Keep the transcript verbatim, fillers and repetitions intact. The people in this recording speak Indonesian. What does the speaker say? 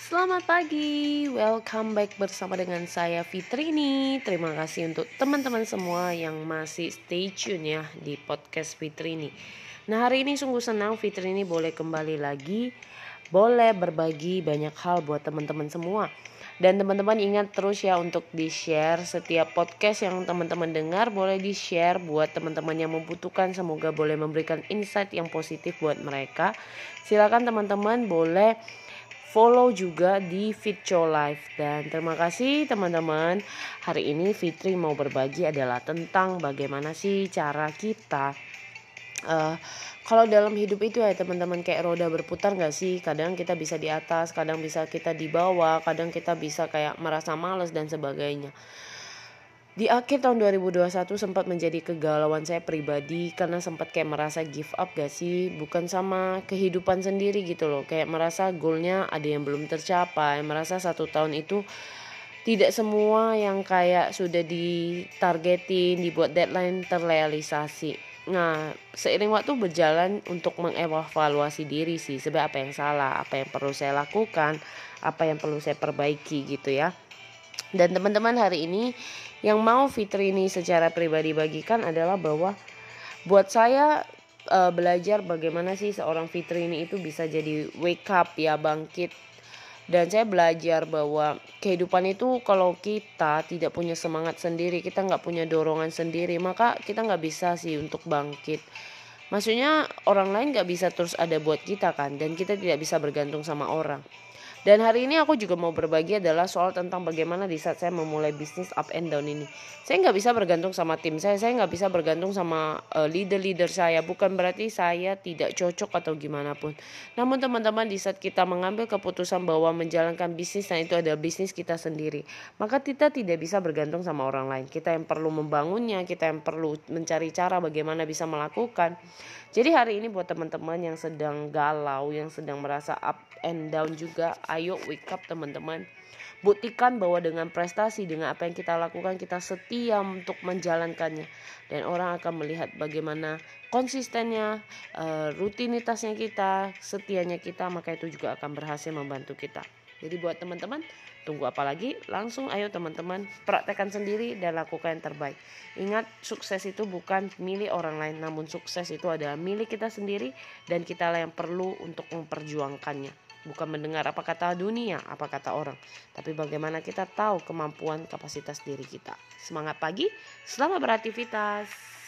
Selamat pagi, welcome back bersama dengan saya Fitrini. Terima kasih untuk teman-teman semua yang masih stay tune ya di podcast Fitrini. Nah, hari ini sungguh senang Fitrini boleh kembali lagi, boleh berbagi banyak hal buat teman-teman semua. Dan teman-teman ingat terus ya untuk di-share setiap podcast yang teman-teman dengar, boleh di-share buat teman-teman yang membutuhkan, semoga boleh memberikan insight yang positif buat mereka. Silakan teman-teman boleh follow juga di Fitcho Live. Dan terima kasih teman-teman. Hari ini Fitri mau berbagi adalah tentang bagaimana sih cara kita uh, kalau dalam hidup itu ya teman-teman, kayak roda berputar gak sih? Kadang kita bisa di atas, kadang bisa kita di bawah, kadang kita bisa kayak merasa malas dan sebagainya. Di akhir tahun dua ribu dua puluh satu sempat menjadi kegalauan saya pribadi karena sempat kayak merasa give up gak sih, bukan sama kehidupan sendiri gitu loh. Kayak merasa goalnya ada yang belum tercapai, merasa satu tahun itu tidak semua yang kayak sudah ditargetin, dibuat deadline terrealisasi. Nah, seiring waktu berjalan untuk mengevaluasi diri sih, sebenarnya apa yang salah, apa yang perlu saya lakukan, apa yang perlu saya perbaiki gitu ya. Dan teman-teman, hari ini yang mau Fitri ini secara pribadi bagikan adalah bahwa buat saya uh, belajar bagaimana sih seorang Fitri ini itu bisa jadi wake up ya, bangkit. Dan saya belajar bahwa kehidupan itu kalau kita tidak punya semangat sendiri, kita gak punya dorongan sendiri, maka kita gak bisa sih untuk bangkit. Maksudnya orang lain gak bisa terus ada buat kita kan, dan kita tidak bisa bergantung sama orang. Dan hari ini aku juga mau berbagi adalah soal tentang bagaimana di saat saya memulai bisnis up and down ini. Saya nggak bisa bergantung sama tim saya, saya nggak bisa bergantung sama uh, leader-leader saya. Bukan berarti saya tidak cocok atau gimana pun. Namun teman-teman, di saat kita mengambil keputusan bahwa menjalankan bisnis, nah itu adalah bisnis kita sendiri, maka kita tidak bisa bergantung sama orang lain. Kita yang perlu membangunnya, kita yang perlu mencari cara bagaimana bisa melakukan. Jadi hari ini buat teman-teman yang sedang galau, yang sedang merasa up and down juga, ayo wake up teman-teman. Buktikan bahwa dengan prestasi, dengan apa yang kita lakukan, kita setia untuk menjalankannya. Dan orang akan melihat bagaimana konsistennya, rutinitasnya kita, setianya kita, maka itu juga akan berhasil membantu kita. Jadi buat teman-teman, tunggu apa lagi? Langsung ayo teman-teman, praktekkan sendiri dan lakukan yang terbaik. Ingat, sukses itu bukan milik orang lain, namun sukses itu adalah milik kita sendiri, dan kita lah yang perlu untuk memperjuangkannya. Bukan mendengar apa kata dunia, apa kata orang, tapi bagaimana kita tahu kemampuan kapasitas diri kita. Semangat pagi, selamat beraktivitas.